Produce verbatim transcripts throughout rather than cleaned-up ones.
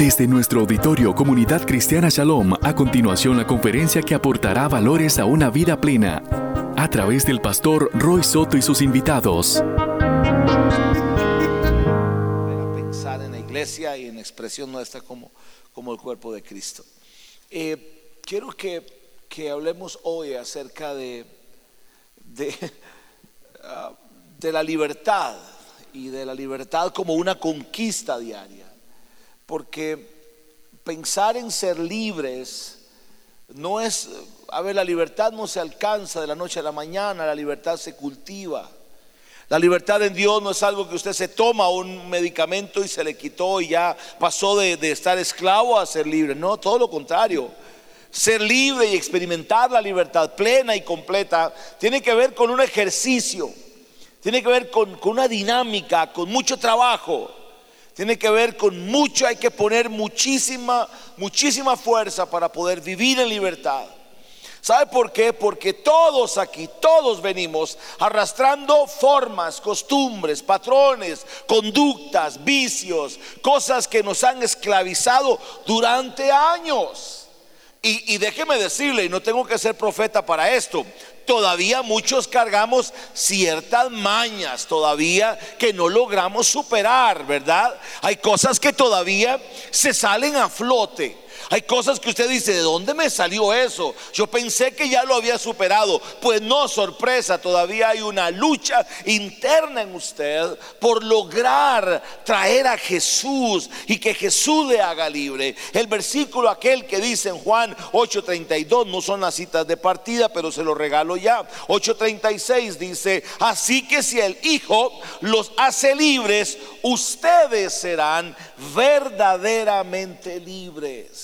Desde nuestro auditorio Comunidad Cristiana Shalom, a continuación la conferencia que aportará valores a una vida plena, a través del pastor Roy Soto y sus invitados. Para pensar en la iglesia y en la expresión nuestra como, como el cuerpo de Cristo. Eh, quiero que, que hablemos hoy acerca de, de, uh, de la libertad y de la libertad como una conquista diaria. Porque pensar en ser libres no es, a ver, la libertad no se alcanza de la noche a la mañana, la libertad se cultiva. La libertad en Dios no es algo que usted se toma un medicamento y se le quitó y ya pasó de, de estar esclavo a ser libre. No, todo lo contrario. Ser libre y experimentar la libertad plena y completa tiene que ver con un ejercicio, tiene que ver con, con una dinámica, con mucho trabajo. Tiene que ver con mucho, hay que poner muchísima, muchísima fuerza para poder vivir en libertad. ¿Sabe por qué? Porque todos aquí, todos venimos arrastrando formas, costumbres, patrones, conductas, vicios, cosas que nos han esclavizado durante años. Y, y déjeme decirle, y no tengo que ser profeta para esto, todavía muchos cargamos ciertas mañas todavía que no logramos superar, ¿verdad? Hay cosas que todavía se salen a flote. Hay cosas que usted dice, ¿de dónde me salió eso? Yo pensé que ya lo había superado. Pues no, sorpresa, todavía hay una lucha interna en usted por lograr traer a Jesús y que Jesús le haga libre. El versículo aquel que dice en Juan ocho treinta y dos, no son las citas de partida, pero se lo regalo ya. ocho treinta y seis dice: así que si el Hijo los hace libres, ustedes serán verdaderamente libres.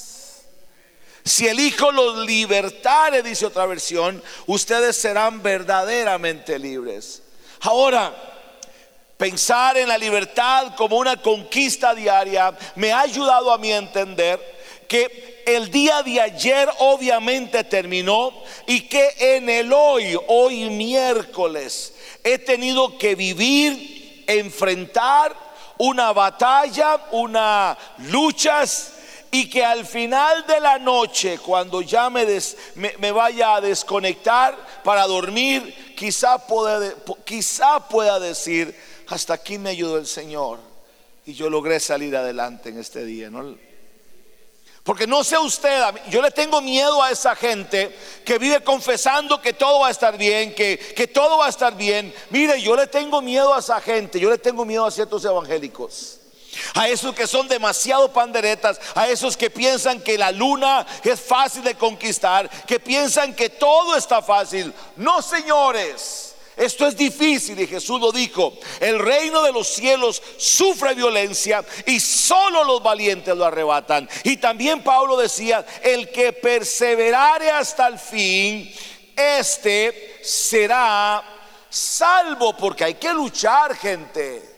Si el Hijo los libertare, dice otra versión, ustedes serán verdaderamente libres. Ahora, pensar en la libertad como una conquista diaria me ha ayudado a mí a entender que el día de ayer obviamente terminó y que en el hoy, hoy miércoles, he tenido que vivir, enfrentar una batalla, una luchas. Y que al final de la noche, cuando ya me, des, me, me vaya a desconectar para dormir, quizá pueda, quizá pueda decir: hasta aquí me ayudó el Señor y yo logré salir adelante en este día, ¿no? Porque no sé usted, yo le tengo miedo a esa gente que vive confesando que todo va a estar bien, que, que todo va a estar bien. Mire, yo le tengo miedo a esa gente, yo le tengo miedo a ciertos evangélicos, a esos que son demasiado panderetas, a esos que piensan que la luna es fácil de conquistar, que piensan que todo está fácil. No, señores, esto es difícil, y Jesús lo dijo: el reino de los cielos sufre violencia y solo los valientes lo arrebatan. Y también Pablo decía: el que perseverare hasta el fin, este será salvo. Porque hay que luchar, gente.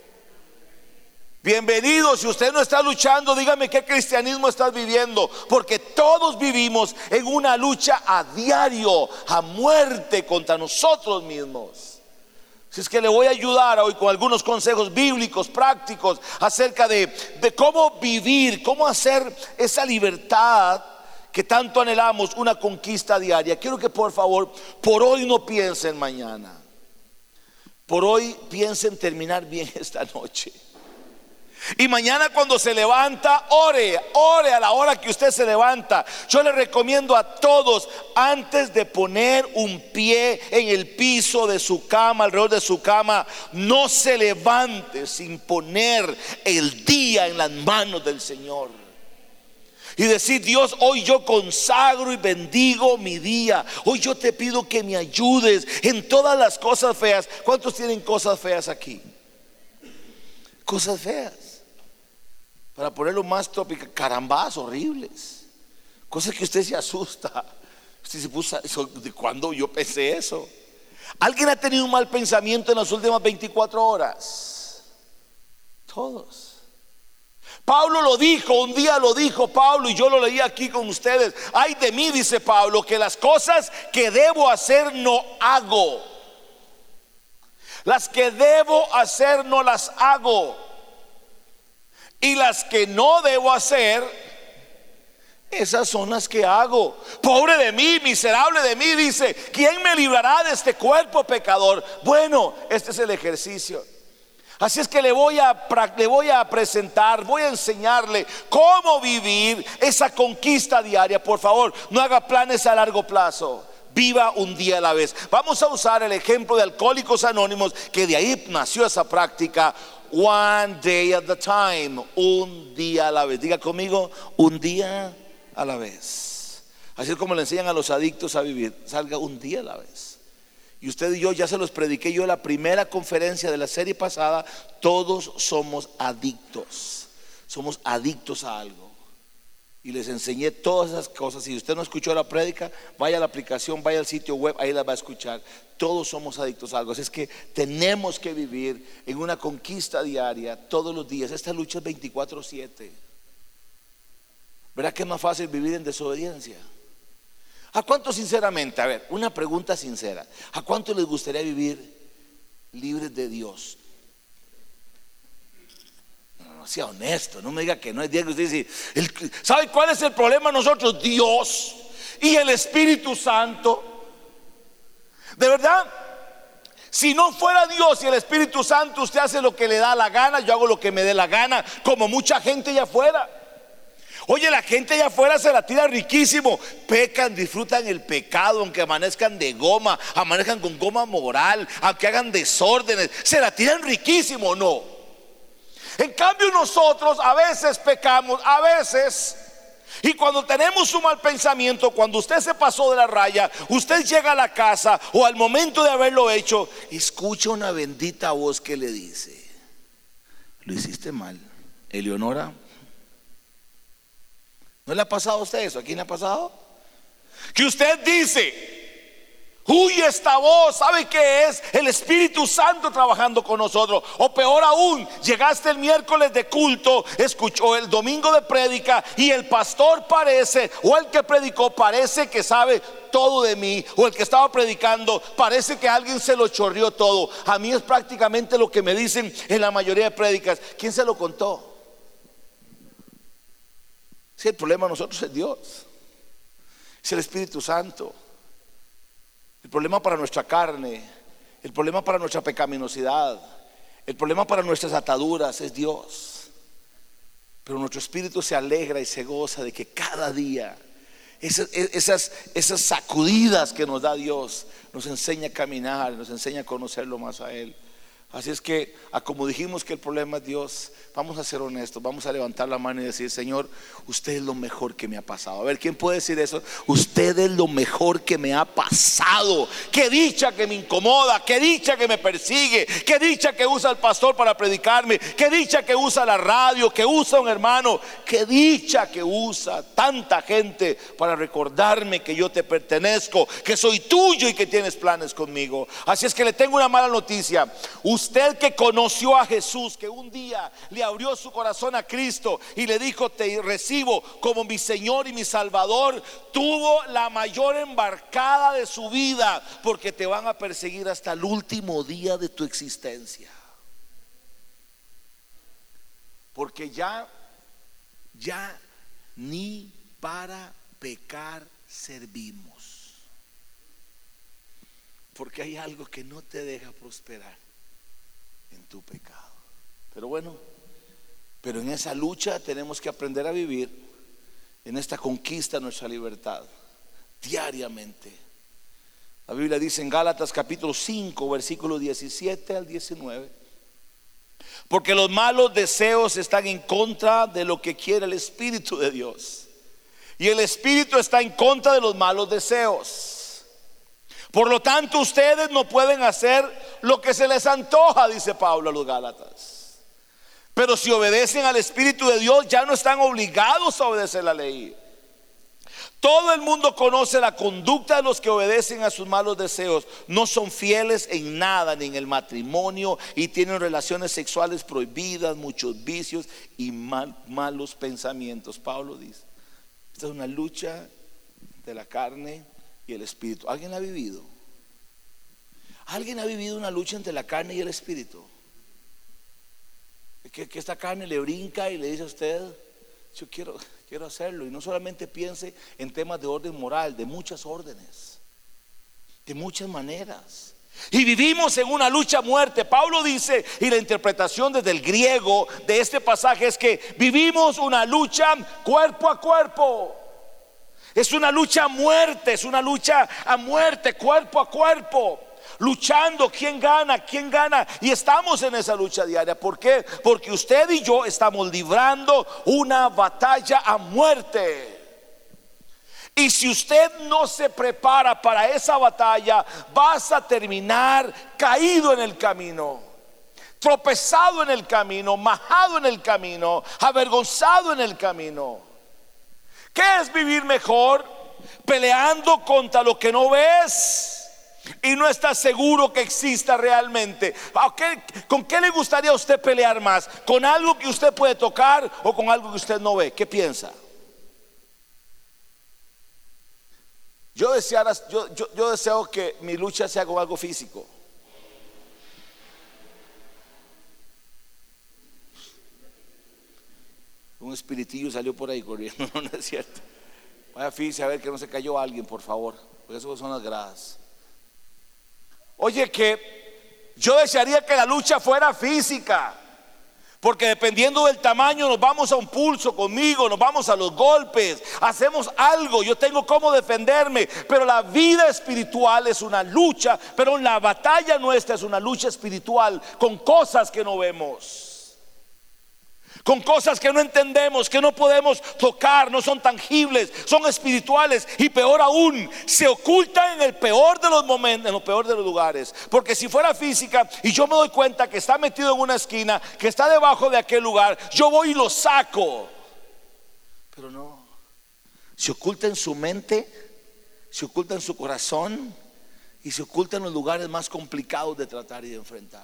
Bienvenido. Si usted no está luchando, dígame qué cristianismo estás viviendo, porque todos vivimos en una lucha a diario, a muerte contra nosotros mismos. Si es que le voy a ayudar hoy con algunos consejos bíblicos prácticos acerca de, de cómo vivir, cómo hacer esa libertad que tanto anhelamos, una conquista diaria. Quiero que por favor, por hoy no piensen mañana, por hoy piensen terminar bien esta noche. Y mañana cuando se levanta, ore, ore a la hora que usted se levanta. Yo le recomiendo a todos, antes de poner un pie en el piso de su cama, alrededor de su cama, no se levante sin poner el día en las manos del Señor y decir: Dios, hoy yo consagro y bendigo mi día. Hoy yo te pido que me ayudes en todas las cosas feas. ¿Cuántos tienen cosas feas aquí? Cosas feas, para ponerlo más tópico, carambas horribles, cosas que usted se asusta. Usted se puso: ¿de cuándo yo pensé eso? ¿Alguien ha tenido un mal pensamiento en las últimas veinticuatro horas? Todos. Pablo lo dijo, un día lo dijo Pablo, y yo lo leí aquí con ustedes: ay de mí, dice Pablo, que las cosas que debo hacer no hago. Las que debo hacer no las hago. Y las que no debo hacer, esas son las que hago. Pobre de mí, miserable de mí, dice, ¿quién me librará de este cuerpo pecador? Bueno, este es el ejercicio. Así es que le voy a, le voy a presentar, voy a enseñarle cómo vivir esa conquista diaria. Por favor, no haga planes a largo plazo. Viva un día a la vez. Vamos a usar el ejemplo de Alcohólicos Anónimos, que de ahí nació esa práctica. One day at a time, un día a la vez. Diga conmigo, un día a la vez. Así es como le enseñan a los adictos a vivir. Salga un día a la vez. Y usted y yo, ya se los prediqué yo en la primera conferencia de la serie pasada. Todos somos adictos. Somos adictos a algo. Y les enseñé todas esas cosas. Si usted no escuchó la prédica, vaya a la aplicación, vaya al sitio web, ahí la va a escuchar. Todos somos adictos a algo. Así es que tenemos que vivir en una conquista diaria todos los días. Esta lucha es veinticuatro siete. ¿Verdad que es más fácil vivir en desobediencia? ¿A cuánto sinceramente? A ver, una pregunta sincera. ¿A cuánto les gustaría vivir libres de Dios? No, no sea honesto, no me diga que no. Es día que usted dice, el, ¿sabe cuál es el problema nosotros? Dios y el Espíritu Santo. De verdad, si no fuera Dios y el Espíritu Santo, usted hace lo que le da la gana, yo hago lo que me dé la gana, como mucha gente allá afuera. Oye, la gente allá afuera se la tira riquísimo. Pecan, disfrutan el pecado, aunque amanezcan de goma, amanezcan con goma moral, aunque hagan desórdenes, se la tiran riquísimo, no. En cambio nosotros a veces pecamos, a veces. Y cuando tenemos un mal pensamiento, cuando usted se pasó de la raya, usted llega a la casa o al momento de haberlo hecho, escucha una bendita voz que le dice: lo hiciste mal, Eleonora. ¿No le ha pasado a usted eso? ¿A quién le ha pasado? Que usted dice: huye esta voz. ¿Sabe qué es? El Espíritu Santo trabajando con nosotros. O peor aún, llegaste el miércoles de culto, escuchó el domingo de prédica, y el pastor parece, o el que predicó parece que sabe todo de mí, o el que estaba predicando parece que alguien se lo chorrió todo. A mí es prácticamente lo que me dicen en la mayoría de prédicas. ¿Quién se lo contó? Si el problema de nosotros es Dios, es el Espíritu Santo. El problema para nuestra carne, el problema para nuestra pecaminosidad, el problema para nuestras ataduras es Dios. Pero nuestro espíritu se alegra y se goza de que cada día esas, esas, esas sacudidas que nos da Dios nos enseña a caminar, nos enseña a conocerlo más a Él. Así es que, como dijimos que el problema es Dios, vamos a ser honestos, vamos a levantar la mano y decir: Señor, usted es lo mejor que me ha pasado. A ver, ¿quién puede decir eso? Usted es lo mejor que me ha pasado. Qué dicha que me incomoda, qué dicha que me persigue, qué dicha que usa el pastor para predicarme, qué dicha que usa la radio, que usa un hermano, qué dicha que usa tanta gente para recordarme que yo te pertenezco, que soy tuyo y que tienes planes conmigo. Así es que le tengo una mala noticia. Usted que conoció a Jesús, que un día le abrió su corazón a Cristo y le dijo: te recibo como mi Señor y mi Salvador, tuvo la mayor embarcada de su vida, porque te van a perseguir hasta el último día de tu existencia. Porque ya, ya ni para pecar servimos. Porque hay algo que no te deja prosperar en tu pecado. Pero bueno, pero en esa lucha tenemos que aprender a vivir, en esta conquista de nuestra libertad diariamente. La Biblia dice en Gálatas capítulo cinco, versículo diecisiete al diecinueve: porque los malos deseos están en contra de lo que quiere el Espíritu de Dios, y el Espíritu está en contra de los malos deseos. Por lo tanto, ustedes no pueden hacer lo que se les antoja, dice Pablo a los Gálatas. Pero si obedecen al Espíritu de Dios, ya no están obligados a obedecer la ley. Todo el mundo conoce la conducta de los que obedecen a sus malos deseos. No son fieles en nada, ni en el matrimonio, y tienen relaciones sexuales prohibidas, muchos vicios y mal, malos pensamientos. Pablo dice: esta es una lucha de la carne y el espíritu. ¿Alguien la ha vivido? ¿Alguien ha vivido una lucha entre la carne y el espíritu? que, que esta carne le brinca y le dice a usted: yo quiero, quiero hacerlo. Y no solamente piense en temas de orden moral, de muchas órdenes, de muchas maneras. Y vivimos en una lucha a muerte. Pablo dice, y la interpretación desde el griego de este pasaje es que vivimos una lucha cuerpo a cuerpo. Es una lucha a muerte, es una lucha a muerte, cuerpo a cuerpo. Luchando, ¿quién gana? ¿Quién gana? Y estamos en esa lucha diaria. ¿Por qué? Porque usted y yo estamos librando una batalla a muerte. Y si usted no se prepara para esa batalla, vas a terminar caído en el camino, tropezado en el camino, majado en el camino, avergonzado en el camino. ¿Qué es vivir mejor? Peleando contra lo que no ves y no estás seguro que exista realmente. ¿Con qué le gustaría a usted pelear más? ¿Con algo que usted puede tocar o con algo que usted no ve? ¿Qué piensa? Yo, deseara, yo, yo, yo deseo que mi lucha sea con algo físico. Un espiritillo salió por ahí corriendo. No, no es cierto. Vaya, fíjese a ver que no se cayó alguien, por favor, porque eso son las gradas. Oye, que yo desearía que la lucha fuera física, porque dependiendo del tamaño nos vamos a un pulso conmigo, nos vamos a los golpes, hacemos algo, yo tengo cómo defenderme. Pero la vida espiritual es una lucha, pero la batalla nuestra es una lucha espiritual con cosas que no vemos, con cosas que no entendemos, que no podemos tocar, no son tangibles, son espirituales. Y peor aún, se ocultan en el peor de los momentos, en lo peor de los lugares. Porque si fuera física y yo me doy cuenta que está metido en una esquina, que está debajo de aquel lugar, yo voy y lo saco. Pero no, se oculta en su mente, se oculta en su corazón y se oculta en los lugares más complicados de tratar y de enfrentar.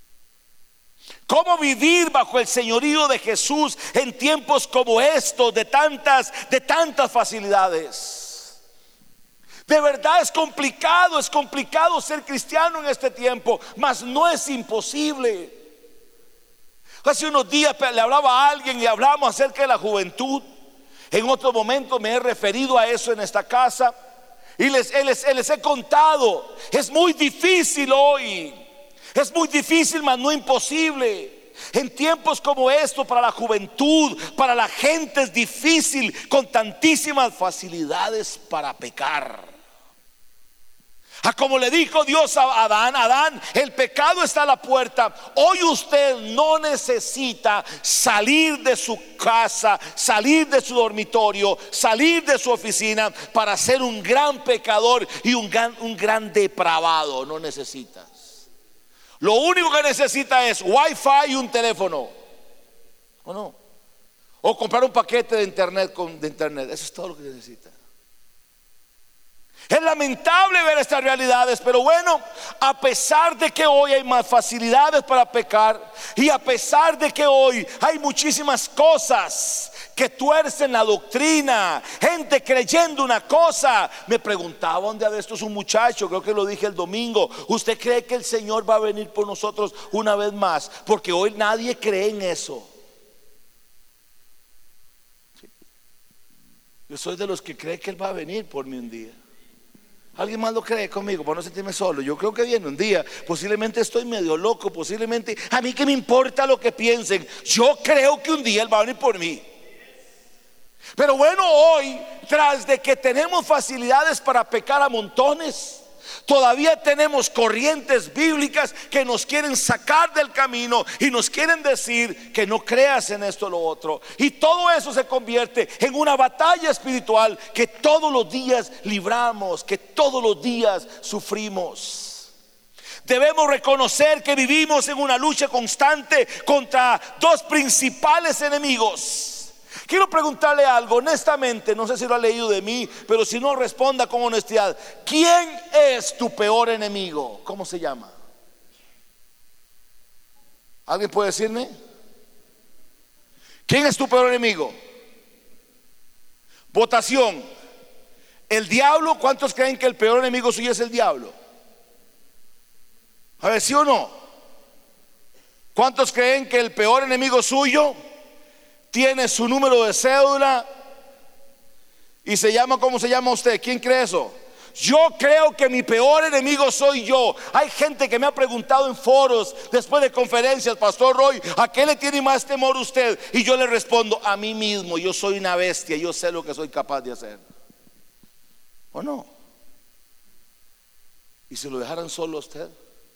¿Cómo vivir bajo el señorío de Jesús en tiempos como estos de tantas, de tantas facilidades? De verdad es complicado, es complicado ser cristiano en este tiempo, mas no es imposible. Hace unos días le hablaba a alguien y hablamos acerca de la juventud. En otro momento me he referido a eso en esta casa y les, les, les he contado, es muy difícil hoy. Es muy difícil, mas no imposible. En tiempos como estos, para la juventud, para la gente es difícil, con tantísimas facilidades para pecar. A como le dijo Dios a Adán: Adán, el pecado está a la puerta. Hoy usted no necesita salir de su casa, salir de su dormitorio, salir de su oficina para ser un gran pecador y un gran, un gran depravado. No necesita. Lo único que necesita es wifi y un teléfono, ¿o no? O comprar un paquete de internet, con, de internet. Eso es todo lo que necesita. Es lamentable ver estas realidades, pero bueno, a pesar de que hoy hay más facilidades para pecar, y a pesar de que hoy hay muchísimas cosas que tuercen la doctrina, gente creyendo una cosa. Me preguntaba un día de estos un muchacho, creo que lo dije el domingo: ¿usted cree que el Señor va a venir por nosotros una vez más? Porque hoy nadie cree en eso. Yo soy de los que cree que Él va a venir por mí un día. ¿Alguien más lo cree conmigo para no sentirme solo? Yo creo que viene un día. Posiblemente estoy medio loco, posiblemente a mí que me importa lo que piensen. Yo creo que un día Él va a venir por mí. Pero bueno, hoy, tras de que tenemos facilidades para pecar a montones, todavía tenemos corrientes bíblicas que nos quieren sacar del camino y nos quieren decir que no creas en esto o lo otro. Y todo eso se convierte en una batalla espiritual que todos los días libramos, que todos los días sufrimos. Debemos reconocer que vivimos en una lucha constante contra dos principales enemigos. Quiero preguntarle algo honestamente, no sé si lo ha leído de mí, pero si no, responda con honestidad. ¿Quién es tu peor enemigo? ¿Cómo se llama? ¿Alguien puede decirme? ¿Quién es tu peor enemigo? Votación. ¿El diablo? ¿Cuántos creen que el peor enemigo suyo es el diablo? A ver, ¿sí o no? ¿Cuántos creen que el peor enemigo suyo tiene su número de cédula y se llama, ¿cómo se llama usted? ¿Quién cree eso? Yo creo que mi peor enemigo soy yo. Hay gente que me ha preguntado en foros, después de conferencias: Pastor Roy, ¿a qué le tiene más temor usted? Y yo le respondo: a mí mismo. Yo soy una bestia, yo sé lo que soy capaz de hacer. ¿O no? ¿Y si lo dejaran solo a usted?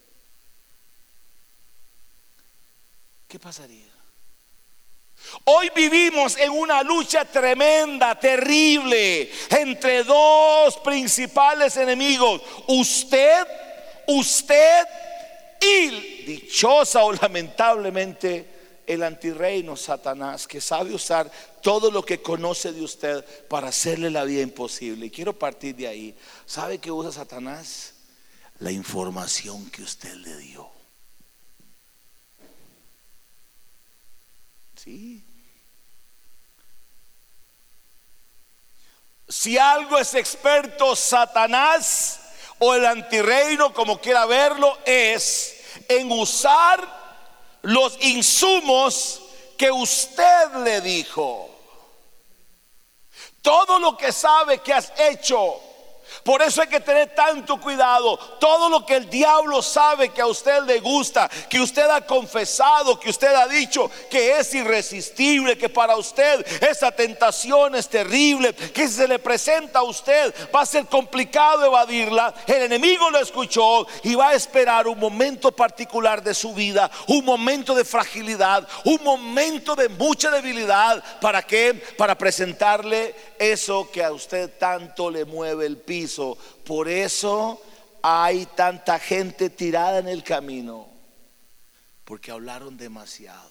¿Qué pasaría? Hoy vivimos en una lucha tremenda, terrible, entre dos principales enemigos: usted, usted y, dichosa o lamentablemente, el antirreino, Satanás, que sabe usar todo lo que conoce de usted para hacerle la vida imposible. Y quiero partir de ahí. ¿Sabe qué usa Satanás? La información que usted le dio. Sí. Si algo es experto Satanás o el antirreino, como quiera verlo, es en usar los insumos que usted le dijo. Todo lo que sabe que has hecho. Por eso hay que tener tanto cuidado. Todo lo que el diablo sabe que a usted le gusta, que usted ha confesado, que usted ha dicho que es irresistible, que para usted esa tentación es terrible, que si se le presenta a usted va a ser complicado evadirla. El enemigo lo escuchó y va a esperar un momento particular de su vida, un momento de fragilidad, un momento de mucha debilidad. ¿Para qué? Para presentarle eso que a usted tanto le mueve el piso. Por eso hay tanta gente tirada en el camino, porque hablaron demasiado.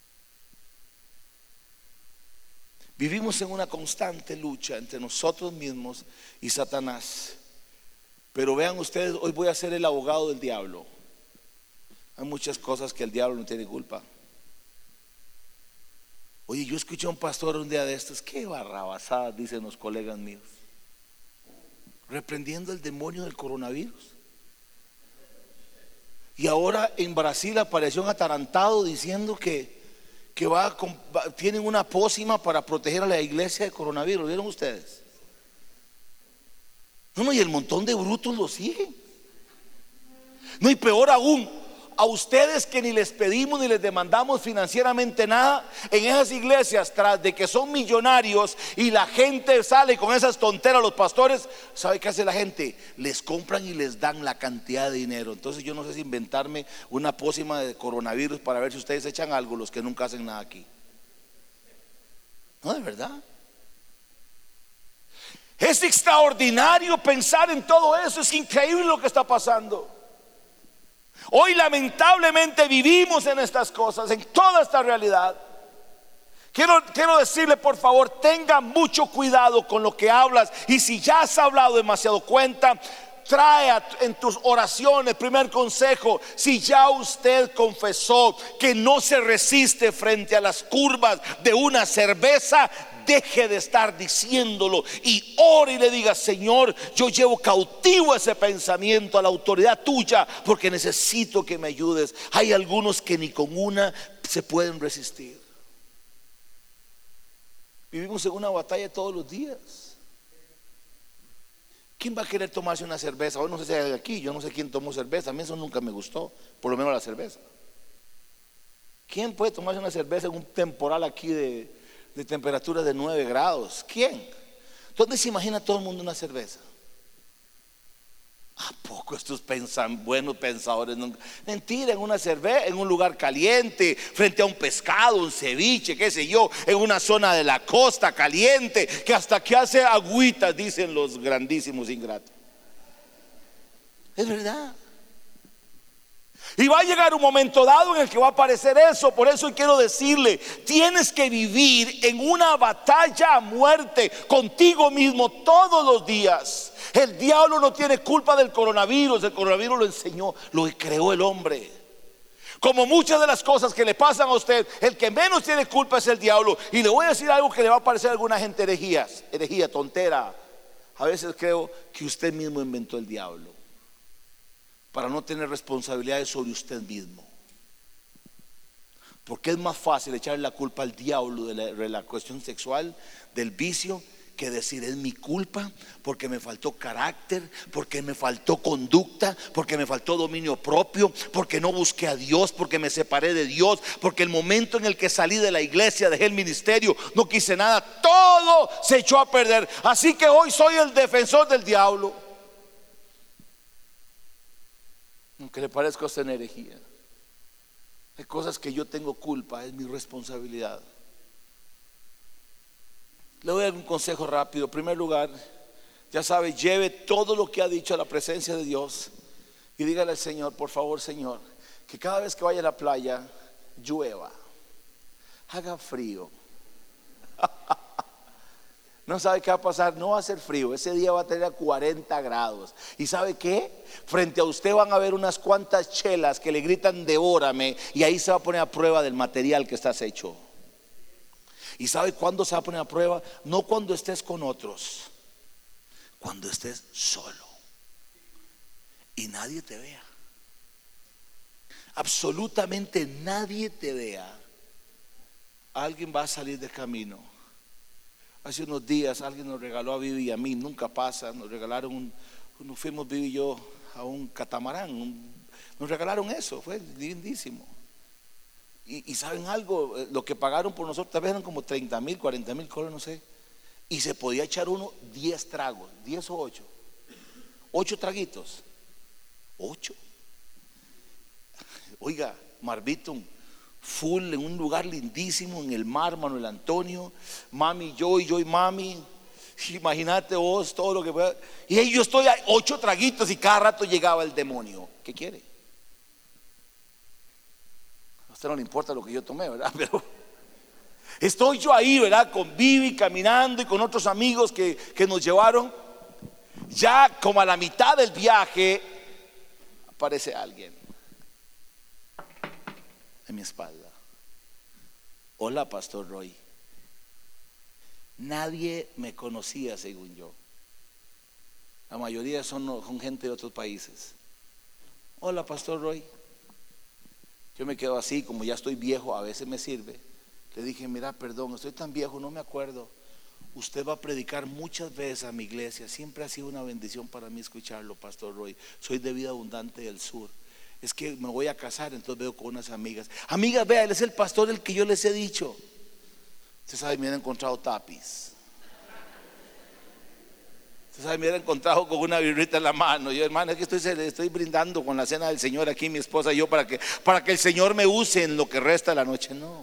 Vivimos en una constante lucha entre nosotros mismos y Satanás. Pero vean ustedes, hoy voy a ser el abogado del diablo. Hay muchas cosas que el diablo no tiene culpa. Oye, yo escuché a un pastor un día de estos: qué barrabasadas dicen los colegas míos, reprendiendo el demonio del coronavirus. Y ahora en Brasil apareció un atarantado diciendo que, que va, va tienen una pócima para proteger a la iglesia del coronavirus. ¿Vieron ustedes? No, no, y el montón de brutos lo siguen. No, y peor aún, a ustedes que ni les pedimos ni les demandamos financieramente nada, en esas iglesias, tras de que son millonarios y la gente sale con esas tonteras, los pastores, ¿sabe qué hace la gente? Les compran y les dan la cantidad de dinero. Entonces yo no sé si inventarme una pócima de coronavirus para ver si ustedes echan algo, los que nunca hacen nada aquí. No, de verdad. Es extraordinario pensar en todo eso. Es increíble lo que está pasando. Hoy lamentablemente vivimos en estas cosas, en toda esta realidad. Quiero, quiero decirle, por favor, tenga mucho cuidado con lo que hablas. Y si ya has hablado demasiado, cuenta, trae en tus oraciones. Primer consejo: si ya usted confesó que no se resiste frente a las curvas de una cerveza, deje de estar diciéndolo y ore y le diga: Señor, yo llevo cautivo ese pensamiento a la autoridad tuya, porque necesito que me ayudes. Hay algunos que ni con una se pueden resistir. Vivimos en una batalla todos los días. ¿Quién va a querer tomarse una cerveza? Hoy no sé si hay aquí, yo no sé quién tomó cerveza. A mí eso nunca me gustó, por lo menos la cerveza. ¿Quién puede tomarse una cerveza en un temporal aquí de de temperatura de nueve grados? ¿Quién? ¿Dónde se imagina todo el mundo una cerveza? ¿A poco estos pensan, buenos pensadores? Nunca? Mentira, en una cerveza, en un lugar caliente, frente a un pescado, un ceviche, qué sé yo, en una zona de la costa caliente, que hasta que hace agüitas, dicen los grandísimos ingratos. Es verdad. Y va a llegar un momento dado en el que va a aparecer eso. Por eso quiero decirle: tienes que vivir en una batalla a muerte contigo mismo todos los días. El diablo no tiene culpa del coronavirus. El coronavirus lo enseñó, lo creó el hombre. Como muchas de las cosas que le pasan a usted, el que menos tiene culpa es el diablo. Y le voy a decir algo que le va a parecer a alguna gente herejías, herejía, tontera. A veces creo que usted mismo inventó el diablo para no tener responsabilidades sobre usted mismo. Porque es más fácil echarle la culpa al diablo de la, de la cuestión sexual, del vicio, que decir es mi culpa porque me faltó carácter, porque me faltó conducta, porque me faltó dominio propio, porque no busqué a Dios, porque me separé de Dios, porque el momento en el que salí de la iglesia, dejé el ministerio, no quise nada, todo se echó a perder. Así que hoy soy el defensor del diablo, aunque le parezca a usted una herejía. Hay cosas que yo tengo culpa, es mi responsabilidad. Le voy a dar un consejo rápido. En primer lugar, ya sabe, lleve todo lo que ha dicho a la presencia de Dios y dígale al Señor: por favor, Señor, que cada vez que vaya a la playa llueva, haga frío. No sabe qué va a pasar, no va a hacer frío, ese día va a tener cuarenta grados. ¿Y sabe qué? Frente a usted van a ver unas cuantas chelas que le gritan devórame, y ahí se va a poner a prueba del material que estás hecho. ¿Y sabe cuándo se va a poner a prueba? No cuando estés con otros, cuando estés solo y nadie te vea, absolutamente nadie te vea. Alguien va a salir del camino. Hace unos días alguien nos regaló a Vivi y a mí, nunca pasa, nos regalaron un, nos fuimos Vivi y yo a un catamarán, un, nos regalaron eso, fue lindísimo. Y, y saben algo, lo que pagaron por nosotros tal vez eran como treinta mil, cuarenta mil colones, no sé. Y se podía echar uno diez tragos, diez o ocho, ocho traguitos, ocho. Oiga, Marbiton, full en un lugar lindísimo en el mar, Manuel Antonio, mami, yo y yo y mami. Imagínate vos todo lo que pueda. Y ahí yo estoy a ocho traguitos y cada rato llegaba el demonio. ¿Qué quiere? A usted no le importa lo que yo tomé, ¿verdad? Pero estoy yo ahí, ¿verdad? Con Vivi caminando y con otros amigos que, que nos llevaron. Ya como a la mitad del viaje aparece alguien en mi espalda. Hola, Pastor Roy. Nadie me conocía según yo. La mayoría son, son gente de otros países. Hola, Pastor Roy. Yo me quedo así, como ya estoy viejo, a veces me sirve. Le dije: mira, perdón, estoy tan viejo, no me acuerdo. Usted va a predicar muchas veces a mi iglesia. Siempre ha sido una bendición para mí escucharlo, Pastor Roy. Soy de Vida Abundante del Sur. Es que me voy a casar, entonces veo con unas amigas. Amigas, vea, él es el pastor el que yo les he dicho. Usted sabe, me han encontrado tapis. Usted sabe, me han encontrado con una birrita en la mano. Yo, hermano, es que estoy, estoy brindando con la cena del Señor aquí, mi esposa y yo, para que, para que el Señor me use en lo que resta de la noche. No,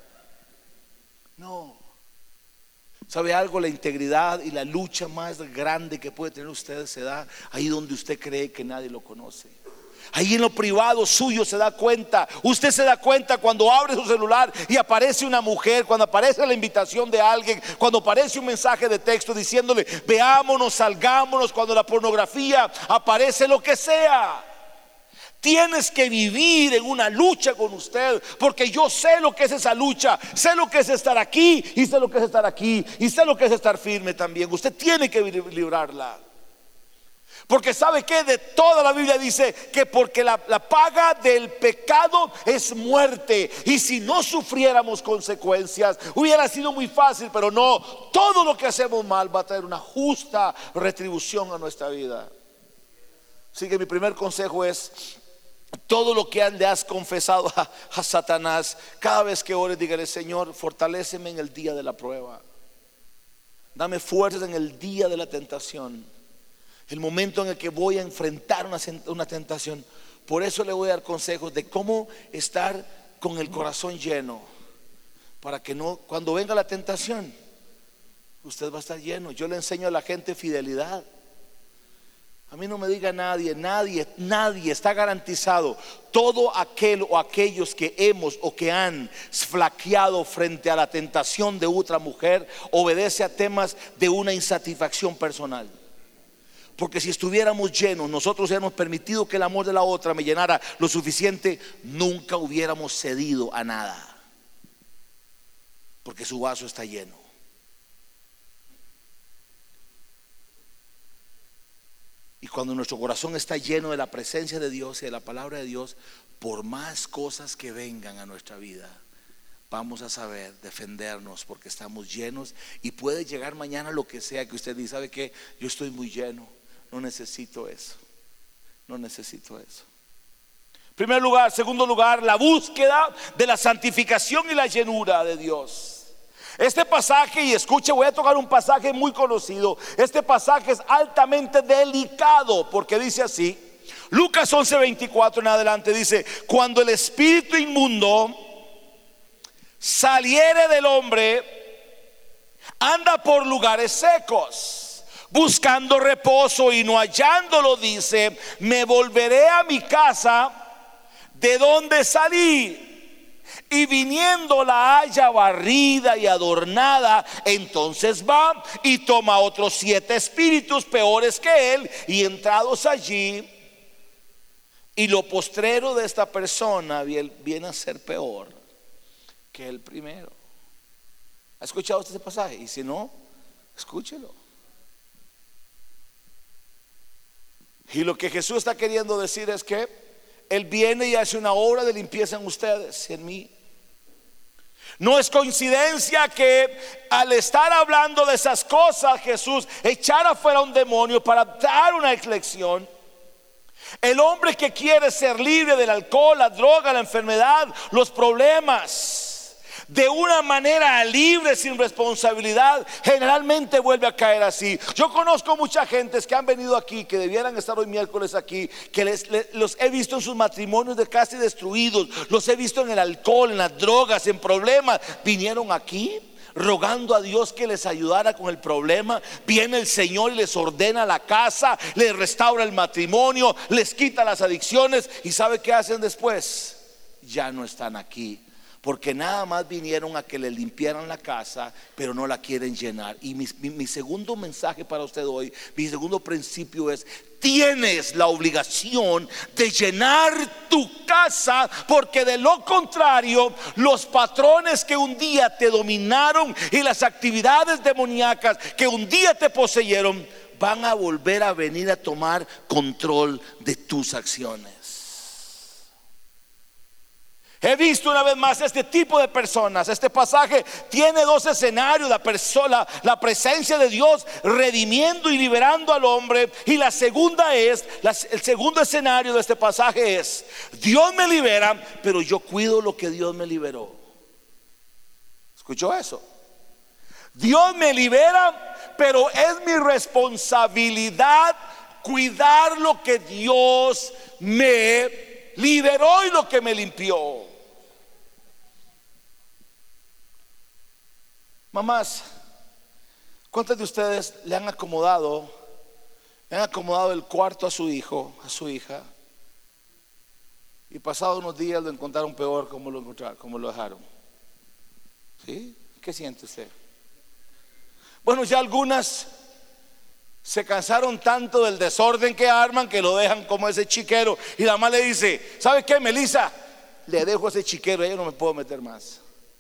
no. ¿Sabe algo? La integridad y la lucha más grande que puede tener usted se da ahí donde usted cree que nadie lo conoce. Ahí en lo privado suyo se da cuenta. Usted se da cuenta cuando abre su celular y aparece una mujer, cuando aparece la invitación de alguien, cuando aparece un mensaje de texto diciéndole veámonos, salgámonos, cuando la pornografía aparece, lo que sea. Tienes que vivir en una lucha con usted, porque yo sé lo que es esa lucha, sé lo que es estar aquí y sé lo que es estar aquí y sé lo que es estar firme también. Usted tiene que librarla. Porque sabe que de toda la Biblia dice que porque la, la paga del pecado es muerte, y si no sufriéramos consecuencias hubiera sido muy fácil, pero no, todo lo que hacemos mal va a traer una justa retribución a nuestra vida. Así que mi primer consejo es: todo lo que le has confesado a, a Satanás, cada vez que ores, dígale: Señor, fortaléceme en el día de la prueba, dame fuerzas en el día de la tentación, el momento en el que voy a enfrentar una, una tentación. Por eso le voy a dar consejos de cómo estar con el corazón lleno, para que no, cuando venga la tentación, usted va a estar lleno. Yo le enseño a la gente fidelidad. A mí no me diga nadie, nadie, nadie está garantizado. Todo aquel o aquellos que hemos o que han flaqueado frente a la tentación de otra mujer obedece a temas de una insatisfacción personal. Porque si estuviéramos llenos, nosotros hubiéramos permitido que el amor de la otra me llenara lo suficiente, nunca hubiéramos cedido a nada, porque su vaso está lleno. Y cuando nuestro corazón está lleno de la presencia de Dios y de la palabra de Dios, por más cosas que vengan a nuestra vida, vamos a saber defendernos porque estamos llenos. Y puede llegar mañana lo que sea que usted diga, ¿sabe qué? Yo estoy muy lleno, no necesito eso, no necesito eso. Primer lugar. Segundo lugar, la búsqueda de la santificación y la llenura de Dios. Este pasaje, y escuche, voy a tocar un pasaje muy conocido. Este pasaje es altamente delicado porque dice así, Lucas once veinticuatro en adelante dice: cuando el espíritu inmundo saliere del hombre, anda por lugares secos, buscando reposo, y no hallándolo, dice: me volveré a mi casa de donde salí. Y viniendo la haya barrida y adornada, entonces va y toma otros siete espíritus peores que él, y entrados allí, y lo postrero de esta persona viene a ser peor que el primero. ¿Ha escuchado usted ese pasaje? Y si no, escúchelo. Y lo que Jesús está queriendo decir es que Él viene y hace una obra de limpieza en ustedes y en mí. No es coincidencia que al estar hablando de esas cosas, Jesús echara fuera un demonio para dar una lección. El hombre que quiere ser libre del alcohol, la droga, la enfermedad, los problemas, de una manera libre, sin responsabilidad, generalmente vuelve a caer así. Yo conozco mucha gente que han venido aquí, que debieran estar hoy miércoles aquí, que les, les, los he visto en sus matrimonios de casi destruidos, los he visto en el alcohol, en las drogas, en problemas. Vinieron aquí rogando a Dios que les ayudara con el problema. Viene el Señor y les ordena la casa, les restaura el matrimonio, les quita las adicciones. ¿Y sabe qué hacen después? Ya no están aquí, porque nada más vinieron a que le limpiaran la casa, pero no la quieren llenar. Y mi, mi, mi segundo mensaje para usted hoy, mi segundo principio es: tienes la obligación de llenar tu casa, porque de lo contrario, los patrones que un día te dominaron y las actividades demoníacas que un día te poseyeron van a volver a venir a tomar control de tus acciones. He visto una vez más este tipo de personas. Este pasaje tiene dos escenarios: la persona, la presencia de Dios redimiendo y liberando al hombre, y la segunda es, la, el segundo escenario de este pasaje es: Dios me libera, pero yo cuido lo que Dios me liberó. ¿Escuchó eso? Dios me libera, pero es mi responsabilidad cuidar lo que Dios me liberó y lo que me limpió. Mamás, ¿cuántas de ustedes le han acomodado le han acomodado el cuarto a su hijo, a su hija, y pasado unos días lo encontraron peor como lo encontraron, como lo dejaron? ¿Sí? ¿Qué siente usted? Bueno, ya algunas se cansaron tanto del desorden que arman que lo dejan como ese chiquero, y la mamá le dice: ¿sabe qué, Melissa? Le dejo ese chiquero, yo no me puedo meter más.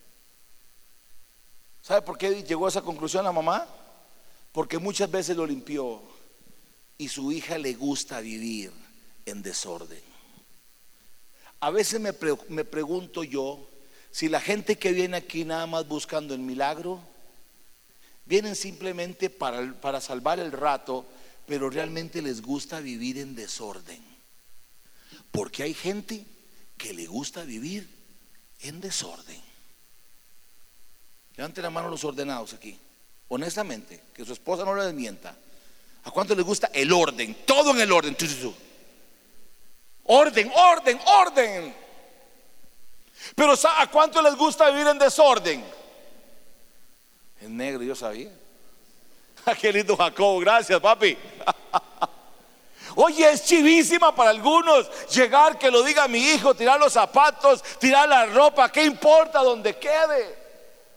¿Sabe por qué llegó a esa conclusión la mamá? Porque muchas veces lo limpió y su hija le gusta vivir en desorden. A veces me, pre- me pregunto yo si la gente que viene aquí nada más buscando el milagro, vienen simplemente para, para salvar el rato, pero realmente les gusta vivir en desorden. Porque hay gente que le gusta vivir en desorden. Levanten la mano los ordenados aquí, honestamente, que su esposa no le desmienta. ¿A cuánto les gusta el orden? Todo en el orden. Orden, orden, orden. Pero ¿a cuánto les gusta vivir en desorden? Es negro, yo sabía. Qué lindo Jacobo, gracias papi. Oye, es chivísima para algunos llegar, que lo diga mi hijo, tirar los zapatos, tirar la ropa, ¿qué importa donde quede?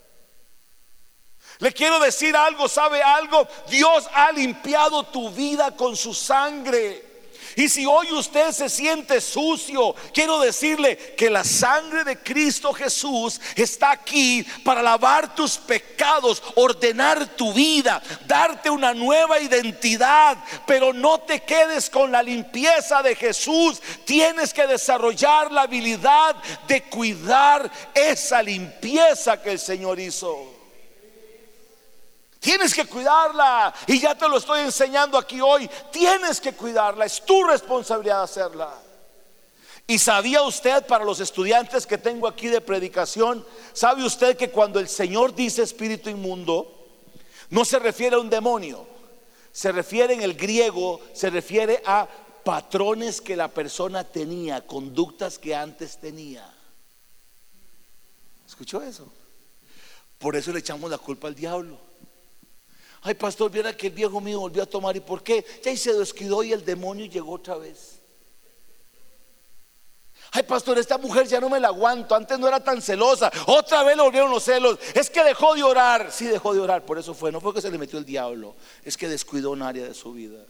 Le quiero decir algo, ¿sabe algo? Dios ha limpiado tu vida con su sangre. Y si hoy usted se siente sucio, quiero decirle que la sangre de Cristo Jesús está aquí para lavar tus pecados, ordenar tu vida, darte una nueva identidad. Pero no te quedes con la limpieza de Jesús. Tienes que desarrollar la habilidad de cuidar esa limpieza que el Señor hizo. Tienes que cuidarla, y ya te lo estoy enseñando aquí hoy. Tienes que cuidarla, es tu responsabilidad hacerla. Y sabía usted, para los estudiantes que tengo aquí de predicación, ¿sabe usted que cuando el Señor dice espíritu inmundo, no se refiere a un demonio? Se refiere, en el griego, se refiere a patrones que la persona tenía, conductas que antes tenía. ¿Escuchó eso? Por eso le echamos la culpa al diablo. Ay, pastor, viera que el viejo mío volvió a tomar. ¿Y por qué? Ya se descuidó y el demonio llegó otra vez. Ay, pastor, esta mujer ya no me la aguanto. Antes no era tan celosa, otra vez le volvieron los celos. Es que dejó de orar. Sí, dejó de orar, por eso fue. No fue que se le metió el diablo, es que descuidó un área de su vida.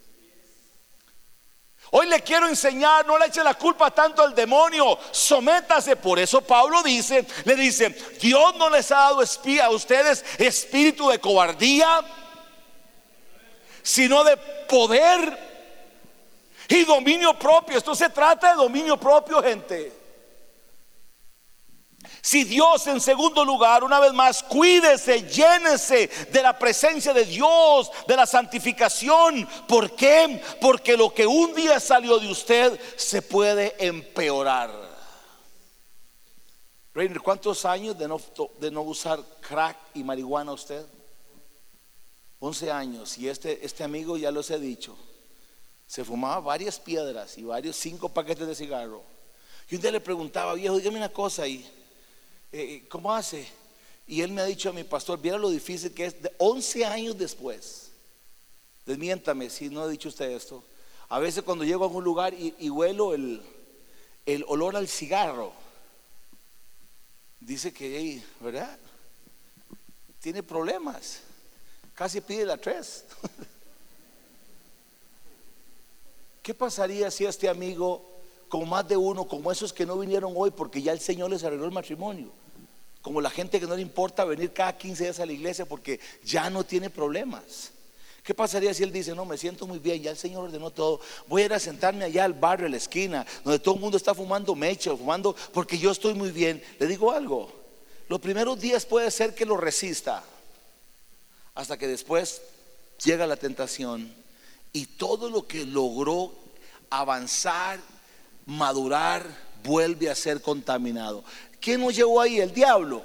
Hoy le quiero enseñar, no le eche la culpa tanto al demonio, sométase. Por eso Pablo dice, le dice, Dios no les ha dado espía a ustedes espíritu de cobardía, sino de poder y dominio propio. Esto se trata de dominio propio, gente. Si Dios, en segundo lugar, una vez más, cuídese, llénese de la presencia de Dios, de la santificación. ¿Por qué? Porque lo que un día salió de usted se puede empeorar. Reiner, ¿cuántos años de no, de no usar crack y marihuana usted? once años. Y este, este amigo, ya los he dicho, se fumaba varias piedras y varios cinco paquetes de cigarro. Y un día le preguntaba, viejo, dígame una cosa ahí, eh, ¿cómo hace? Y él me ha dicho a mi pastor, viera lo difícil que es. De once años después, desmiéntame si no he dicho usted esto, a veces cuando llego a algún lugar y, y huelo el, el olor al cigarro, dice que, hey, ¿verdad? Tiene problemas. Casi pide la tres. ¿Qué pasaría si este amigo, con más de uno, como esos que no vinieron hoy porque ya el Señor les arregló el matrimonio, como la gente que no le importa venir cada quince días a la iglesia porque ya no tiene problemas? ¿Qué pasaría si él dice, no, me siento muy bien, ya el Señor ordenó todo, voy a ir a sentarme allá al barrio, a la esquina, donde todo el mundo está fumando mecha, fumando, porque yo estoy muy bien? Le digo algo, los primeros días puede ser que lo resista, hasta que después llega la tentación y todo lo que logró avanzar, madurar, vuelve a ser contaminado. ¿Quién nos llevó ahí? El diablo.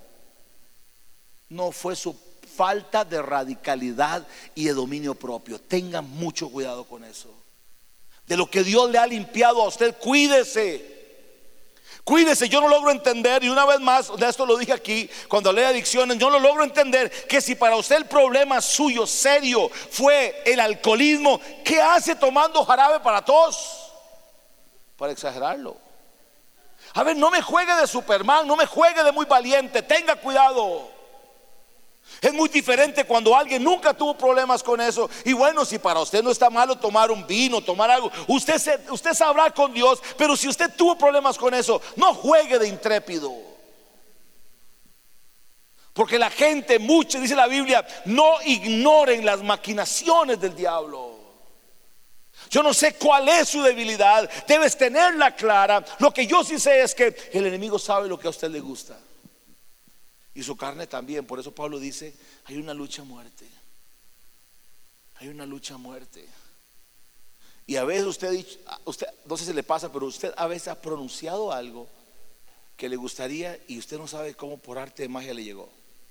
No, fue su falta de radicalidad y de dominio propio. Tengan mucho cuidado con eso. De lo que Dios le ha limpiado a usted, cuídese. Cuídese. Yo no logro entender, y una vez más, de esto lo dije aquí cuando hablé de adicciones, yo no logro entender que si para usted el problema suyo serio fue el alcoholismo, ¿qué hace tomando jarabe para tos? Para exagerarlo. A ver, no me juegue de Superman, no me juegue de muy valiente, tenga cuidado. Es muy diferente cuando alguien nunca tuvo problemas con eso. Y bueno, si para usted no está malo tomar un vino, tomar algo, usted, se, usted sabrá con Dios. Pero si usted tuvo problemas con eso, no juegue de intrépido. Porque la gente, mucho, dice la Biblia, no ignoren las maquinaciones del diablo. Yo no sé cuál es su debilidad, debes tenerla clara. Lo que yo sí sé es que el enemigo sabe lo que a usted le gusta, y su carne también. Por eso Pablo dice, hay una lucha a muerte. Hay una lucha a muerte. Y a veces usted, usted, no sé si le pasa, pero usted a veces ha pronunciado algo que le gustaría y usted no sabe cómo por arte de magia le llegó.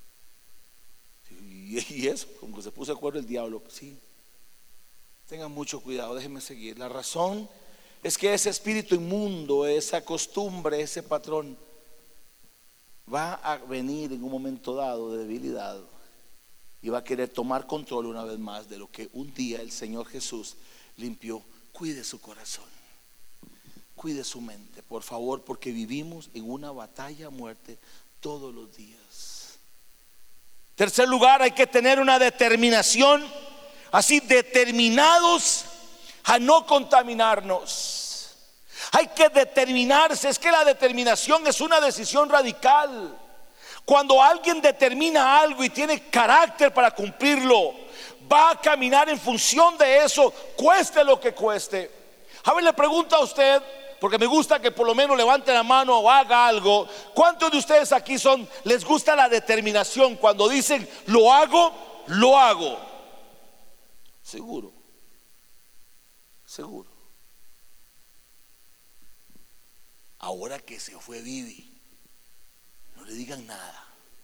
Y, y eso, como que se puso de acuerdo el diablo. Sí. Tengan mucho cuidado, déjenme seguir. La razón es que ese espíritu inmundo, esa costumbre, ese patrón, va a venir en un momento dado de debilidad y va a querer tomar control una vez más de lo que un día el Señor Jesús limpió. Cuide su corazón, cuide su mente, por favor, porque vivimos en una batalla a muerte todos los días. Tercer lugar, hay que tener una determinación, así determinados a no contaminarnos. Hay que determinarse. Es que la determinación es una decisión radical. Cuando alguien determina algo y tiene carácter para cumplirlo, va a caminar en función de eso, cueste lo que cueste. A ver, le pregunto a usted, porque me gusta que por lo menos levante la mano o haga algo. ¿Cuántos de ustedes aquí son, les gusta la determinación? Cuando dicen lo hago, lo hago. Seguro, seguro. Ahora que se fue Vivi, no le digan nada.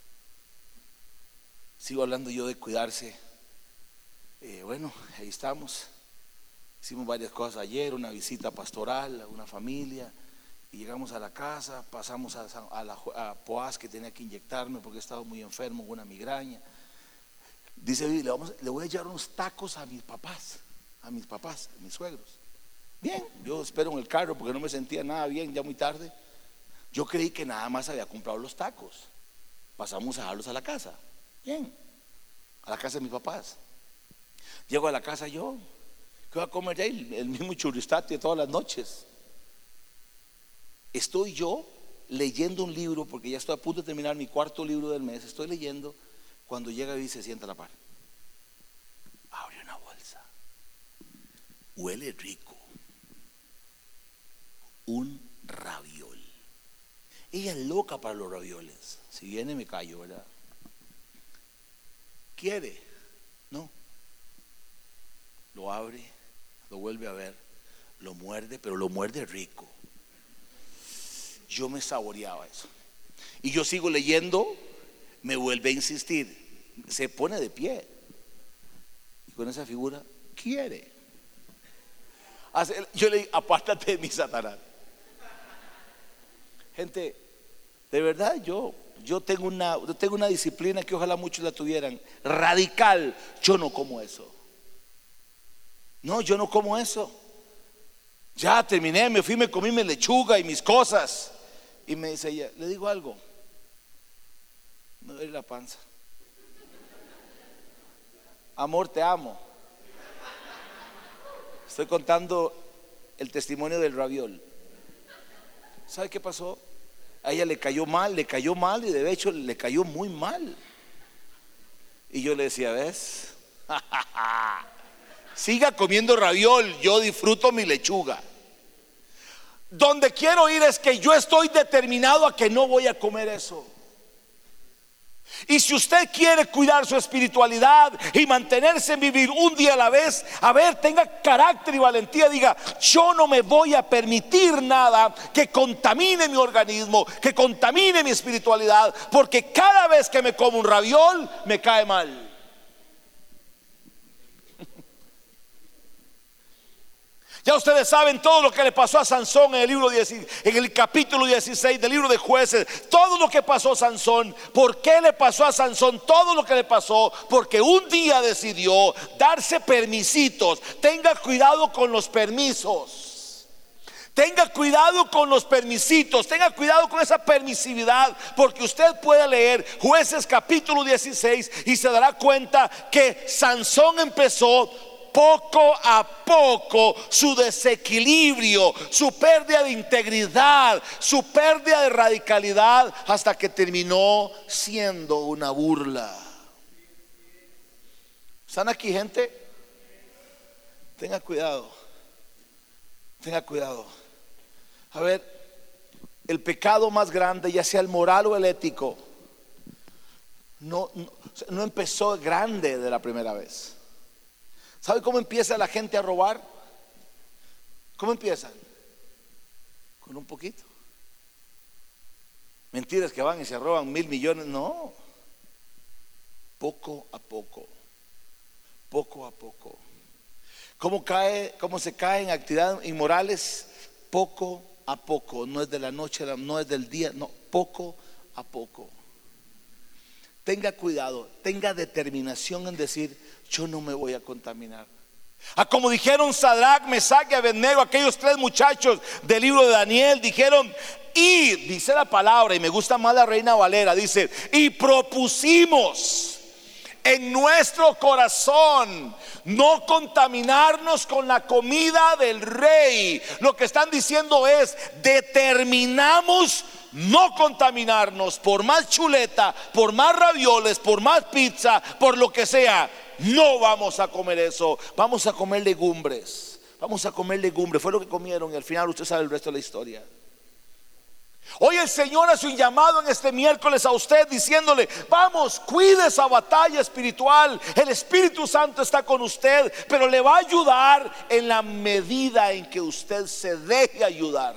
Sigo hablando yo de cuidarse. Eh, bueno, ahí estamos. Hicimos varias cosas ayer, una visita pastoral a una familia, y llegamos a la casa, pasamos a, a, la, a Poás, que tenía que inyectarme porque he estado muy enfermo con una migraña. Dice, le, vamos, le voy a llevar unos tacos a mis papás, a mis papás, a mis suegros. Bien, yo espero en el carro porque no me sentía nada bien, ya muy tarde. Yo creí que nada más había comprado los tacos. Pasamos a dejarlos a la casa. Bien, a la casa de mis papás. Llego a la casa yo, ¿qué voy a comer ya? El, el mismo churristate de todas las noches. Estoy yo leyendo un libro, porque ya estoy a punto de terminar mi cuarto libro del mes. Estoy leyendo, cuando llega y se sienta a la par. Abre una bolsa, huele rico, un raviol. Ella es loca para los ravioles. Si viene me callo, ¿verdad? ¿Quiere? No. Lo abre, lo vuelve a ver, lo muerde, pero lo muerde rico. Yo me saboreaba eso. Y yo sigo leyendo, me vuelve a insistir, se pone de pie y con esa figura quiere. Yo le digo, apártate de mi Satanás. Gente, de verdad yo Yo tengo una, yo tengo una disciplina que ojalá muchos la tuvieran, radical. Yo no como eso. No, yo no como eso. Ya terminé, me fui, me comí mi lechuga y mis cosas. Y me dice ella, le digo algo, me duele la panza. Amor, te amo. Estoy contando el testimonio del raviol. ¿Sabe qué pasó? A ella le cayó mal, le cayó mal y de hecho le cayó muy mal. Y yo le decía, ¿ves? Siga comiendo raviol, yo disfruto mi lechuga. Donde quiero ir es que yo estoy determinado a que no voy a comer eso. Y si usted quiere cuidar su espiritualidad y mantenerse en vivir un día a la vez, a ver, tenga carácter y valentía, diga, yo no me voy a permitir nada que contamine mi organismo, que contamine mi espiritualidad, porque cada vez que me como un raviol me cae mal. Ya ustedes saben todo lo que le pasó a Sansón en el libro diez, en el capítulo dieciséis del libro de Jueces. Todo lo que pasó a Sansón. ¿Por qué le pasó a Sansón todo lo que le pasó? Porque un día decidió darse permisitos. Tenga cuidado con los permisos. Tenga cuidado con los permisitos. Tenga cuidado con esa permisividad, porque usted puede leer Jueces capítulo dieciséis y se dará cuenta que Sansón empezó poco a poco su desequilibrio, su pérdida de integridad, su pérdida de radicalidad, hasta que terminó siendo una burla. ¿Están aquí, gente? Tenga cuidado, tenga cuidado. A ver, el pecado más grande, ya sea el moral o el ético, no, no, no empezó grande de la primera vez. ¿Sabe cómo empieza la gente a robar? ¿Cómo empiezan? Con un poquito. Mentiras que van y se roban mil millones. No. Poco a poco. Poco a poco. ¿Cómo cae, cómo se cae en actividades inmorales? Poco a poco. No es de la noche, no es del día. No, poco a poco. Tenga cuidado, tenga determinación en decir, yo no me voy a contaminar. A como dijeron Sadrach, Mesach y Abednego, aquellos tres muchachos del libro de Daniel, dijeron, y dice la palabra, y me gusta más la Reina Valera, dice, y propusimos en nuestro corazón, no contaminarnos con la comida del rey. Lo que están diciendo es: determinamos no contaminarnos. Por más chuleta, por más ravioles, por más pizza, por lo que sea, no vamos a comer eso. Vamos a comer legumbres. Vamos a comer legumbres. Fue lo que comieron y al final usted sabe el resto de la historia. Hoy el Señor hace un llamado en este miércoles a usted diciéndole: vamos, cuide esa batalla espiritual. El Espíritu Santo está con usted, pero le va a ayudar en la medida en que usted se deje ayudar.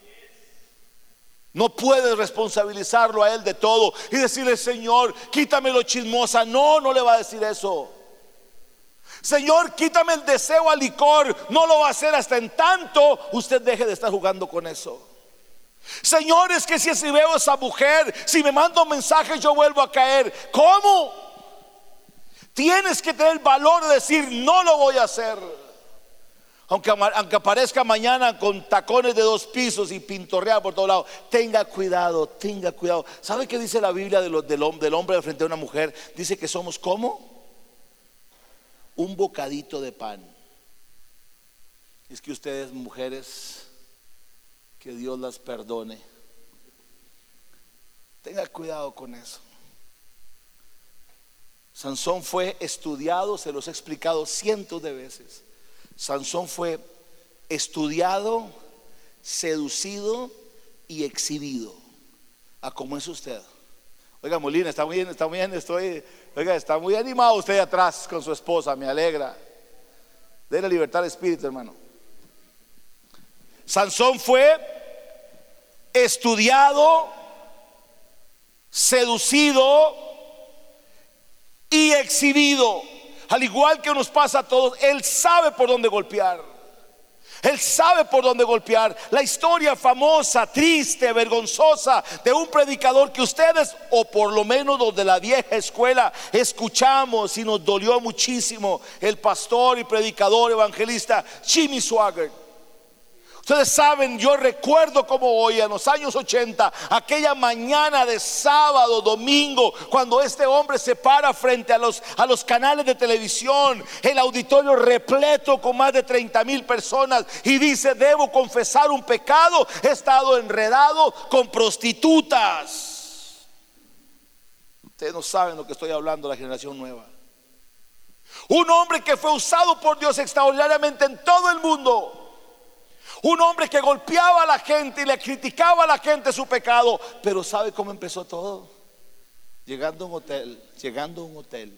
No puede responsabilizarlo a él de todo y decirle: Señor, quítame lo chismosa. No, no le va a decir eso. Señor, quítame el deseo al licor. No lo va a hacer hasta en tanto usted deje de estar jugando con eso. Señor, es que si, si veo a esa mujer, si me manda un mensaje, yo vuelvo a caer. ¿Cómo? Tienes que tener el valor de decir: no lo voy a hacer. Aunque, aunque aparezca mañana con tacones de dos pisos y pintorreado por todos lados, tenga cuidado, tenga cuidado. ¿Sabe qué dice la Biblia de lo, del, del hombre frente a una mujer? Dice que somos como un bocadito de pan. Es que ustedes, mujeres, que Dios las perdone, tenga cuidado con eso. Sansón fue estudiado, se los he explicado cientos de veces. Sansón fue estudiado, seducido y exhibido. ¿A cómo es usted? Oiga, Molina, está muy bien, está muy bien, estoy, oiga, está muy animado usted atrás con su esposa, me alegra. Dele libertad al espíritu, hermano. Sansón fue estudiado, seducido y exhibido. Al igual que nos pasa a todos, él sabe por dónde golpear. Él sabe por dónde golpear. La historia famosa, triste, vergonzosa de un predicador que ustedes, o por lo menos los de la vieja escuela, escuchamos y nos dolió muchísimo: el pastor y predicador evangelista Jimmy Swaggart. Ustedes saben, yo recuerdo como hoy, en los años ochenta, aquella mañana de sábado, domingo, cuando este hombre se para frente a los, a los canales de televisión, el auditorio repleto con más de treinta mil personas, y dice: debo confesar un pecado, he estado enredado con prostitutas. Ustedes no saben lo que estoy hablando, la generación nueva. Un hombre que fue usado por Dios extraordinariamente en todo el mundo. Un hombre que golpeaba a la gente y le criticaba a la gente su pecado. Pero ¿sabe cómo empezó todo? Llegando a un hotel, llegando a un hotel,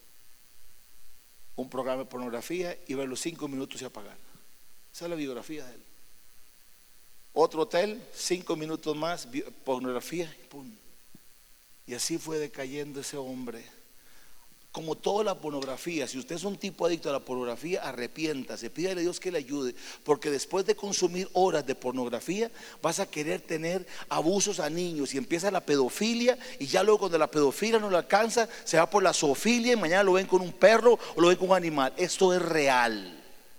un programa de pornografía, y ver los cinco minutos y apagar. Esa es la biografía de él. Otro hotel, cinco minutos más, pornografía, y pum. Y así fue decayendo ese hombre. Como toda la pornografía, si usted es un tipo adicto a la pornografía, arrepiéntase, pídale a Dios que le ayude, porque después de consumir horas de pornografía vas a querer tener abusos a niños, y empieza la pedofilia, y ya luego cuando la pedofilia no le alcanza, se va por la zoofilia, y mañana lo ven con un perro o lo ven con un animal. Esto es real.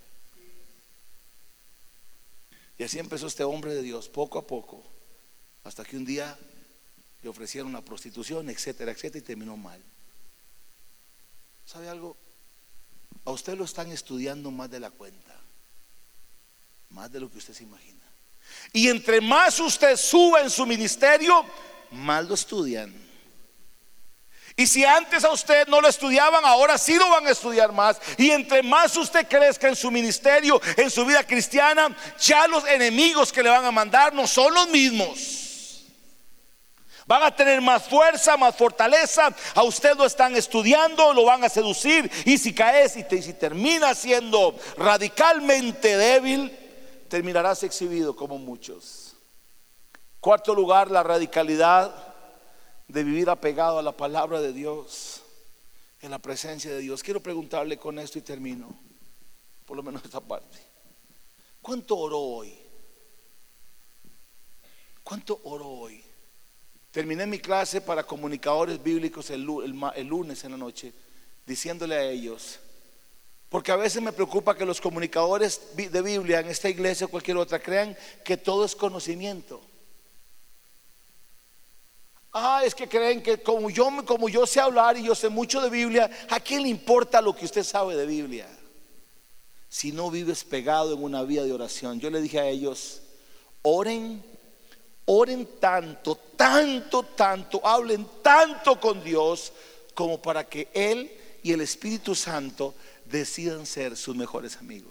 Y así empezó este hombre de Dios, poco a poco, hasta que un día le ofrecieron la prostitución, etcétera, etcétera, y terminó mal. ¿Sabe algo? A usted lo están estudiando más de la cuenta, más de lo que usted se imagina. Y entre más usted suba en su ministerio, más lo estudian. Y si antes a usted no lo estudiaban, ahora sí lo van a estudiar más. Y entre más usted crezca en su ministerio, en su vida cristiana, ya los enemigos que le van a mandar no son los mismos. Van a tener más fuerza, más fortaleza. A usted lo están estudiando, lo van a seducir. Y si caes y, te, y si termina siendo radicalmente débil, terminarás exhibido como muchos. Cuarto lugar, la radicalidad de vivir apegado a la palabra de Dios, en la presencia de Dios. Quiero preguntarle con esto y termino, por lo menos esta parte. ¿Cuánto oró hoy? ¿Cuánto oró hoy? Terminé mi clase para comunicadores bíblicos el, el, el lunes en la noche, diciéndole a ellos, porque a veces me preocupa que los comunicadores de Biblia en esta iglesia o cualquier otra crean que todo es conocimiento. Ah, es que creen que como yo, como yo sé hablar y yo sé mucho de Biblia, ¿a quién le importa lo que usted sabe de Biblia? Si no vives pegado en una vida de oración. Yo le dije a ellos, oren, oren tanto, tanto, tanto, hablen tanto con Dios como para que Él y el Espíritu Santo decidan ser sus mejores amigos.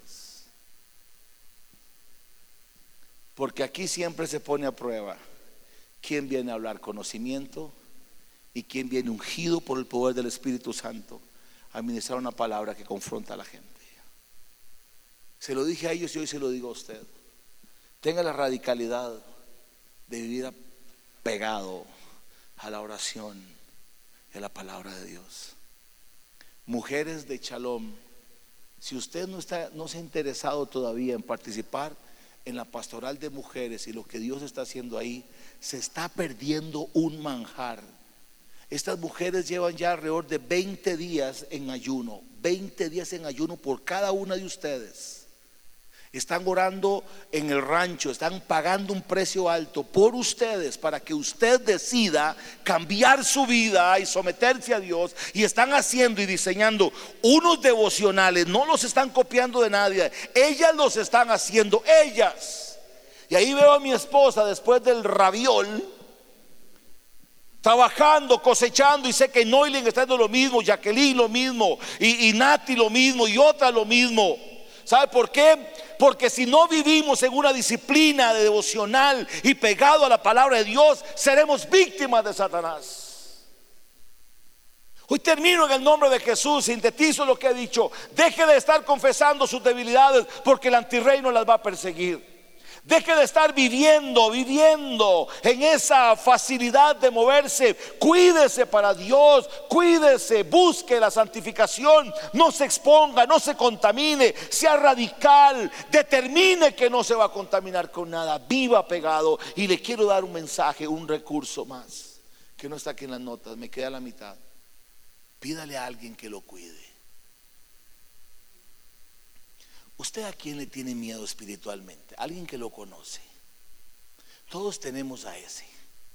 Porque aquí siempre se pone a prueba quién viene a hablar conocimiento y quién viene ungido por el poder del Espíritu Santo a ministrar una palabra que confronta a la gente. Se lo dije a ellos y hoy se lo digo a usted. Tenga la radicalidad de vivir pegado a la oración y a la palabra de Dios. Mujeres de Shalom, si usted no está, no se ha interesado todavía en participar en la pastoral de mujeres y lo que Dios está haciendo ahí, se está perdiendo un manjar. Estas mujeres llevan ya alrededor de veinte días en ayuno, veinte días en ayuno por cada una de ustedes. Están orando en el rancho, están pagando un precio alto por ustedes para que usted decida cambiar su vida y someterse a Dios. Y están haciendo y diseñando unos devocionales, no los están copiando de nadie, ellas los están haciendo, ellas. Y ahí veo a mi esposa después del raviol, trabajando, cosechando, y sé que Noilin está haciendo lo mismo, Jacqueline lo mismo, y, y Nati lo mismo, y otra lo mismo. ¿Sabe por qué? Porque si no vivimos en una disciplina de devocional y pegado a la palabra de Dios, seremos víctimas de Satanás. Hoy termino en el nombre de Jesús, sintetizo lo que he dicho. Deje de estar confesando sus debilidades, porque el antirreino las va a perseguir. Deje de estar viviendo, viviendo en esa facilidad de moverse. Cuídese para Dios, cuídese, busque la santificación. No se exponga, no se contamine, sea radical, determine que no se va a contaminar con nada. Viva pegado. Y le quiero dar un mensaje, un recurso más, que no está aquí en las notas, me queda a la mitad. Pídale a alguien que lo cuide. ¿Usted a quién le tiene miedo espiritualmente? Alguien que lo conoce. Todos tenemos a ese.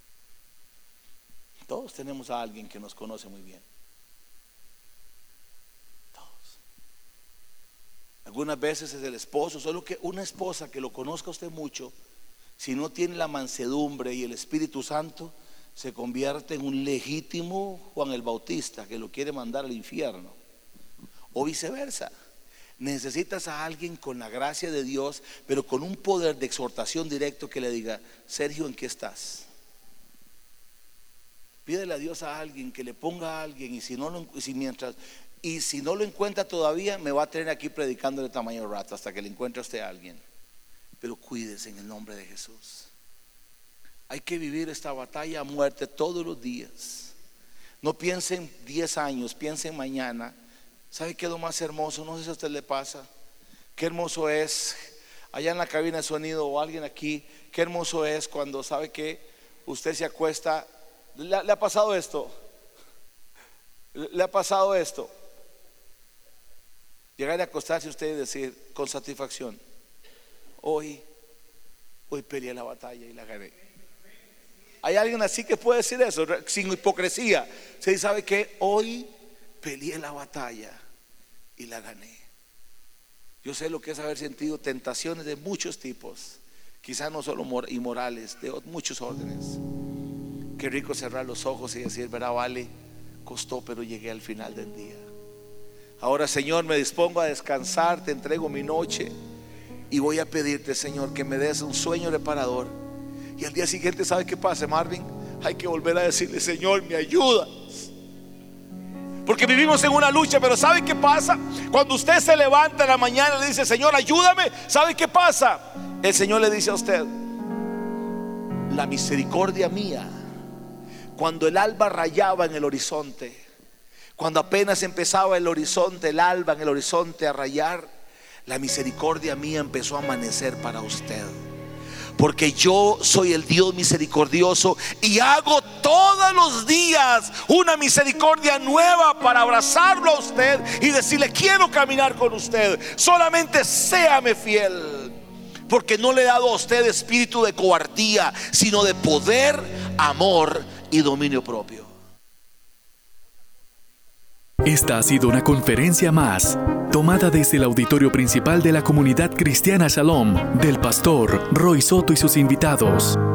Todos tenemos a alguien que nos conoce muy bien. Todos. Algunas veces es el esposo, solo que una esposa que lo conozca usted mucho, si no tiene la mansedumbre y el Espíritu Santo, se convierte en un legítimo Juan el Bautista que lo quiere mandar al infierno. O viceversa. Necesitas a alguien con la gracia de Dios, pero con un poder de exhortación directo que le diga: Sergio, ¿en qué estás? Pídele a Dios a alguien, que le ponga a alguien, y si no lo, si mientras, y si no lo encuentra todavía, me va a tener aquí predicando de tamaño rato hasta que le encuentre a usted a alguien. Pero cuídese en el nombre de Jesús. Hay que vivir esta batalla a muerte todos los días. No piensen diez años, piensen mañana. ¿Sabe qué es lo más hermoso? No sé si a usted le pasa. Qué hermoso es allá en la cabina de sonido o alguien aquí. Qué hermoso es cuando sabe que usted se acuesta. ¿Le, le ha pasado esto? ¿Le ha pasado esto? Llegar a acostarse usted y decir con satisfacción: Hoy, hoy peleé la batalla y la gané. ¿Hay alguien así que puede decir eso sin hipocresía? ¿Sí? ¿Sabe qué? Hoy peleé la batalla y la gané. Yo sé lo que es haber sentido tentaciones de muchos tipos, quizás no solo inmorales, de muchos órdenes. Qué rico cerrar los ojos y decir: verá, vale, costó, pero llegué al final del día. Ahora, Señor, me dispongo a descansar, te entrego mi noche y voy a pedirte, Señor, que me des un sueño reparador. Y al día siguiente, ¿sabe qué pasa, Marvin? Hay que volver a decirle: Señor, me ayuda. Porque vivimos en una lucha, pero ¿sabe qué pasa? Cuando usted se levanta en la mañana y le dice: Señor, ayúdame, ¿sabe qué pasa? El Señor le dice a usted: la misericordia mía. Cuando el alba rayaba en el horizonte, cuando apenas empezaba el horizonte, el alba en el horizonte a rayar, la misericordia mía empezó a amanecer para usted. Porque yo soy el Dios misericordioso y hago todos los días una misericordia nueva para abrazarlo a usted y decirle: quiero caminar con usted, solamente séame fiel. Porque no le he dado a usted espíritu de cobardía, sino de poder, amor y dominio propio. Esta ha sido una conferencia más, tomada desde el auditorio principal de la Comunidad Cristiana Shalom, del pastor Roy Soto y sus invitados.